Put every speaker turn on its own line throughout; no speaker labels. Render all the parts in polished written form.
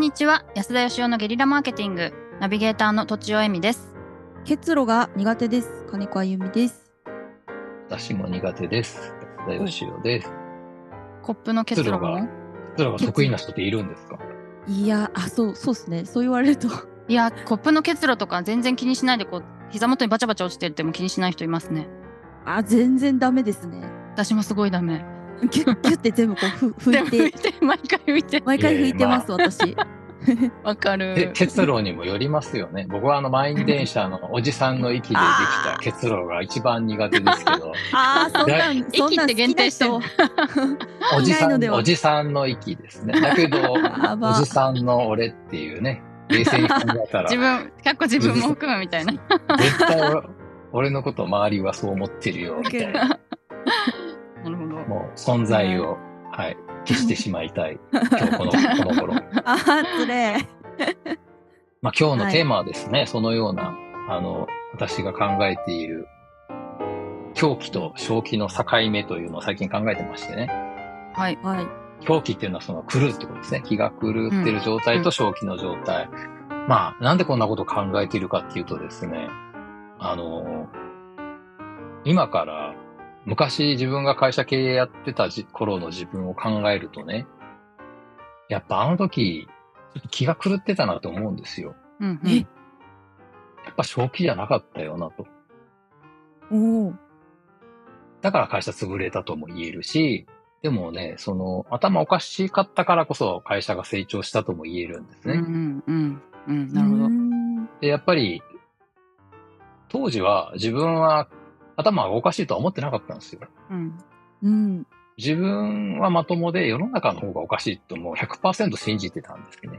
にちは、安田義雄のゲリラマーケティングナビゲーターのとちおえみです。
結露が苦手です。金子あゆみです。
私も苦手です。安田義雄です。
コップの結露も
結露が得意な人っているんですか？
いや、そうですね。そう言われると
いや、コップの結露とか全然気にしないで、こう膝元にバチャバチャ落ちてるっても気にしない人いますね。
全然ダメですね。
私もすごいダメ。
ギュッて全部こう拭いて
毎回拭いて
ます、私。
わかる。
結露にもよりますよね。僕は満員電車のおじさんの息でできた結露が一番苦手ですけど。
息って限定してる。
おじさんの息ですね。だけどおじさんの俺っていうね、冷静に考えたら
自分も含むみたいな。
絶対俺のこと周りはそう思ってるよみたいな。
なるほど。
もう存在を、消してしまいたい。今日この頃。
つれー。
今日のテーマはですね、そのような、私が考えている、狂気と正気の境目というのを最近考えてましてね。
はい。
狂気っていうのはその狂うってことですね。気が狂ってる状態と正気の状態。なんでこんなことを考えているかっていうとですね、今から昔自分が会社経営やってた頃の自分を考えるとね、やっぱあの時、ちょっと気が狂ってたなと思うんですよ。
や
っぱ正気じゃなかったよなと。だから会社潰れたとも言えるし、でもね、頭おかしかったからこそ会社が成長したとも言えるんですね。
なるほど。
で、やっぱり、当時は自分は頭がおかしいとは思ってなかったんですよ。自分はまともで世の中の方がおかしいともう 100% 信じてたんですね。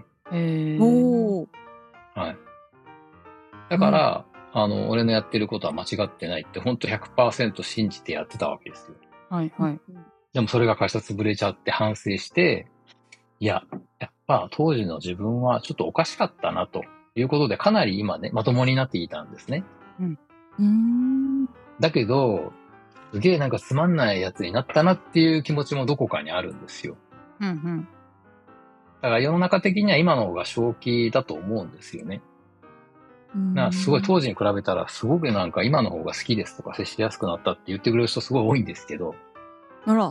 はい。だから、俺のやってることは間違ってないって本当 100% 信じてやってたわけですよ。
はい。
でもそれが会社潰れちゃって反省して、やっぱ当時の自分はちょっとおかしかったなということでかなり今ね、まともになっていたんですね。だけど、すげえなんかつまんないやつになったなっていう気持ちもどこかにあるんですよ。だから世の中的には今の方が正気だと思うんですよね。すごい当時に比べたらすごくなんか今の方が好きですとか接しやすくなったって言ってくれる人すごい多いんですけど。
あら。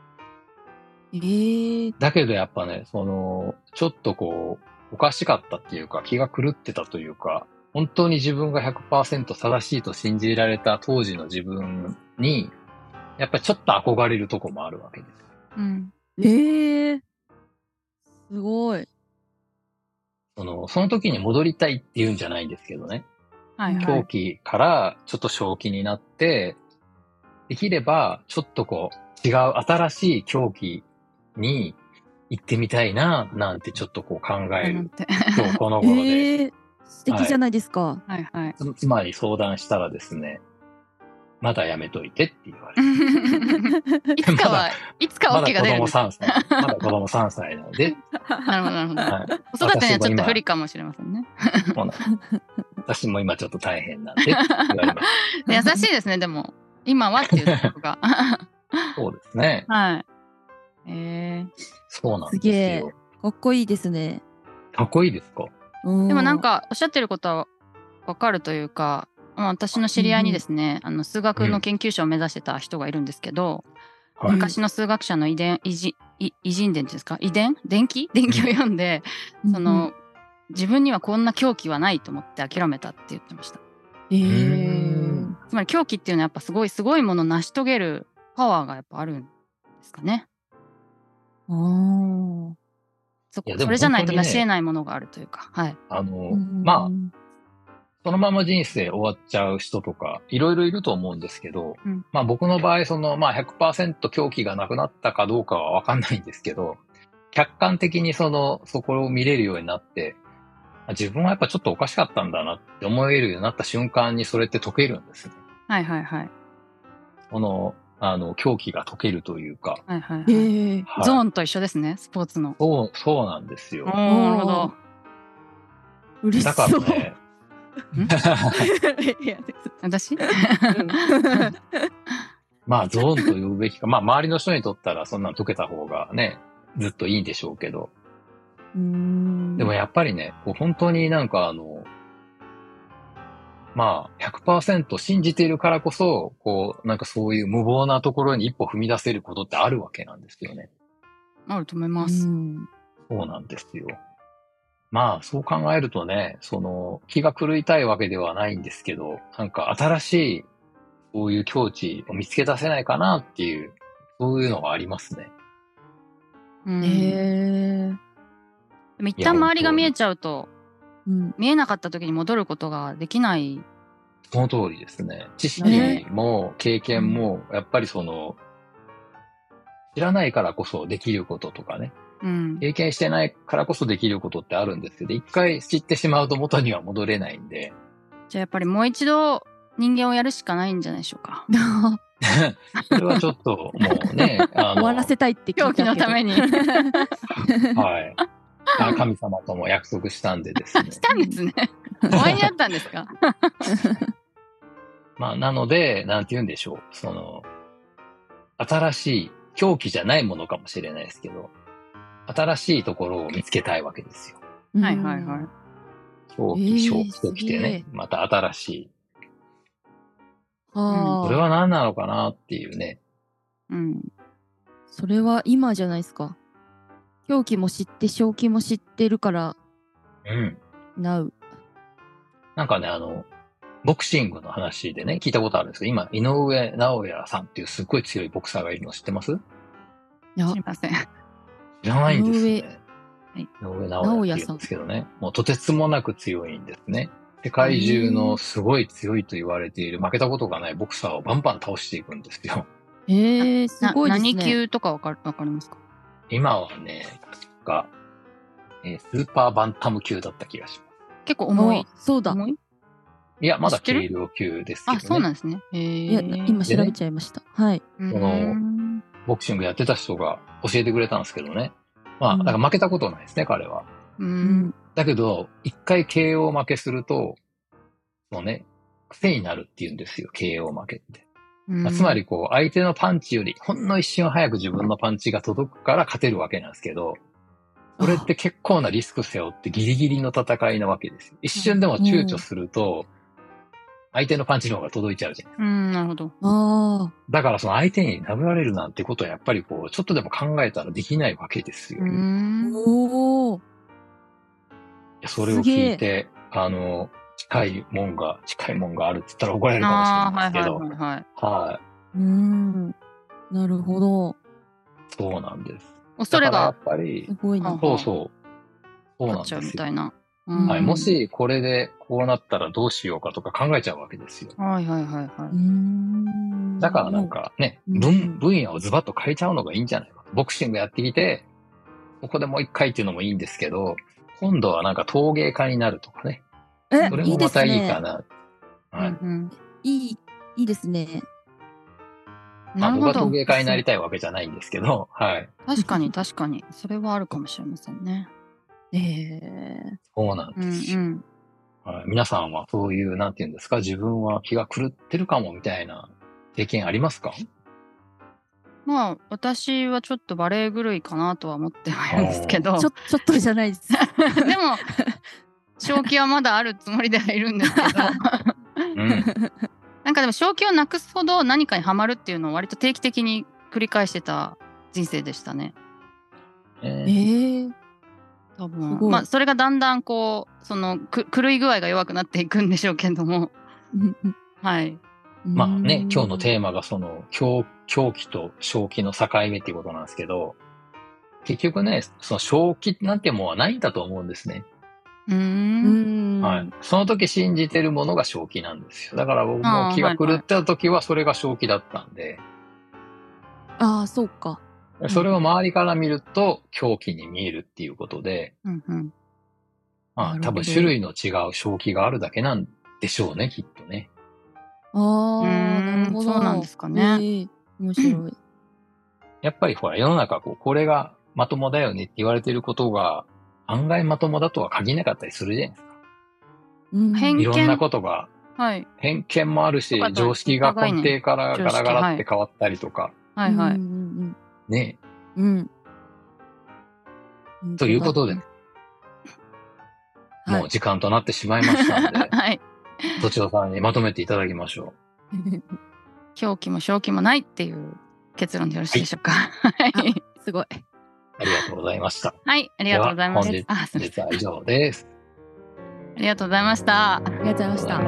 だけどやっぱね、ちょっとこう、おかしかったっていうか気が狂ってたというか、本当に自分が 100% 正しいと信じられた当時の自分に、やっぱりちょっと憧れるとこもあるわけです。
すごい。
その時に戻りたいっていうんじゃないんですけどね。狂気からちょっと正気になって、できればちょっとこう違う新しい狂気に行ってみたいな、なんてちょっとこう考える。今日この頃で。
素敵じゃないですか。
つまり相談したらですね、まだやめといてって言われる。
いつか OK が出るんです。
まだ子供3歳なので。
なるほど。子育てにはちょっと不利かもしれませんね。
私も今ちょっと大変なんでって言われま
した。優しいですね、でも。今はっていうところが。
そうですね。そうなんですよ。
かっこいいですね。
かっこいいですか？
でもなんかおっしゃってることはわかるというか、私の知り合いにですね、数学の研究者を目指してた人がいるんですけど、昔の数学者の偉人伝ですか、伝記を読んで、自分にはこんな狂気はないと思って諦めたって言ってました。つまり狂気っていうのはやっぱすごいものを成し遂げるパワーがやっぱあるんですかね。それじゃないと成し得ないものがあるというか。
そのまま人生終わっちゃう人とかいろいろいると思うんですけど、僕の場合100% 狂気がなくなったかどうかはわかんないんですけど、客観的にそこを見れるようになって、自分はやっぱちょっとおかしかったんだなって思えるようになった瞬間にそれって解けるんですね。狂気が解けるというか。
ゾーンと一緒ですね、スポーツの。
そうなんですよ。
なるほど。
嬉しそう。
だからね。
私？
ゾーンと呼ぶべきか。周りの人にとったらそんなの解けた方がね、ずっといいんでしょうけど。 でもやっぱりね、こう本当になんかまあ、100% 信じているからこそ、こう、なんかそういう無謀なところに一歩踏み出せることってあるわけなんですよね。
あると思います。
そうなんですよ。まあ、そう考えるとね、気が狂いたいわけではないんですけど、なんか新しい、そういう境地を見つけ出せないかなっていう、そういうのがありますね。
でも一旦周りが見えちゃうと、見えなかった時に戻ることができない。
その通りですね。知識も経験も、やっぱり知らないからこそできることとかね。経験してないからこそできることってあるんですけど、一回知ってしまうと元には戻れないんで。
じゃあやっぱりもう一度人間をやるしかないんじゃないでしょうか。
それはちょっともうね、
終わらせたいって聞いたけど。
狂気のために。
はい。神様とも約束したんでですね。
したんですね。お会いになったんですか？
まあ、なので、なんて言うんでしょう。新しい狂気じゃないものかもしれないですけど、新しいところを見つけたいわけですよ。
はいはいはい。
狂気ときてね、また新しい。それは何なのかなっていうね。
それは今じゃないですか。狂気も知って正気も知ってるから。
なんかね、ボクシングの話でね、聞いたことあるんですけど、今、井上尚弥さんっていうすっごい強いボクサーがいるの知ってます？
知りません。
知らないんですね。井上尚弥って言うんですけどね。もうとてつもなく強いんですね。世界中のすごい強いと言われている、負けたことがないボクサーをバンバン倒していくんですよ。
すごいですね。
何級とかわかりますか？
今はね、確か、スーパーバンタム級だった気がします。
結構重い。
そうだ。
いや、まだ軽量級ですけどね。
そうなんですね。
いや、今調べちゃいました。はい。
ボクシングやってた人が教えてくれたんですけどね。まあ、だから負けたことないですね、彼は。だけど、一回 KO 負けすると、もうね、癖になるって言うんですよ、KO 負けって。つまり相手のパンチよりほんの一瞬早く自分のパンチが届くから勝てるわけなんですけど、これって結構なリスク背負ってギリギリの戦いなわけですよ。一瞬でも躊躇すると、相手のパンチの方が届いちゃうじゃないですか。
なるほど。
だから相手に殴られるなんてことはやっぱりちょっとでも考えたらできないわけですよ。それを聞いて、近いもんがあるって言ったら怒られるかもしれないですけど。はい。
なるほど。
そうなんです。
恐れが。
やっぱり、そうなんですよ。
みたいな。
はい。もしこれでこうなったらどうしようかとか考えちゃうわけですよ。だからなんかね、分野をズバッと変えちゃうのがいいんじゃないか。ボクシングやってきて、ここでもう一回っていうのもいいんですけど、今度はなんか陶芸家になるとかね。それもまたいいかな。
いいですね。
まあ僕は陶芸家になりたいわけじゃないんですけど、はい。
確かに。それはあるかもしれませんね。
そうなんですよ。皆さんはそういう、なんていうんですか、自分は気が狂ってるかもみたいな経験ありますか？
まあ、私はちょっとバレエ狂いかなとは思ってはいるんですけど。
ちょっとじゃないです。
でも、正気はまだあるつもりではいるんですけど。なんかでも正気をなくすほど何かにハマるっていうのを割と定期的に繰り返してた人生でしたね。多分。まあ、それがだんだん狂い具合が弱くなっていくんでしょうけども。はい。
まあね、今日のテーマが狂気と正気の境目っていうことなんですけど、結局ね、正気なんてものはないんだと思うんですね。はい。その時信じてるものが正気なんですよ。だから僕も気が狂ってた時はそれが正気だったんで。
そうか。
それを周りから見ると狂気に見えるっていうことで、まあ多分種類の違う正気があるだけなんでしょうね、きっとね。
なるほど。
そうなんですかね。
面白い。
やっぱりほら世の中これがまともだよねって言われていることが案外まともだとは限らなかったりするじゃないですか。いろんなことが、偏見もあるし、常識が根底からガラガラって変わったりとか。ね。ということで、 もう時間となってしまいましたので、
はい。
とちおさんにまとめていただきましょ
狂気も正気もないっていう結論でよろしいでしょうか。はい。
すごい。
う。ありがとうございました。
はい、ありがとうございます。
では本日は以上です。
ありがとうございました。
ありがとうございました。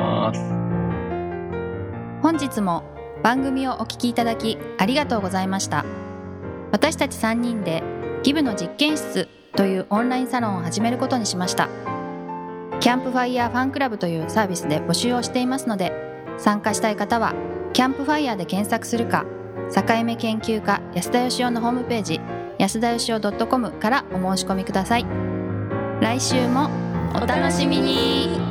本日も番組をお聞きいただきありがとうございました。私たち3人でギブの実験室というオンラインサロンを始めることにしました。キャンプファイヤーファンクラブというサービスで募集をしていますので、参加したい方はキャンプファイヤーで検索するか、境目研究家安田義雄のホームページ安田義雄 .com からお申し込みください。来週もお楽しみに。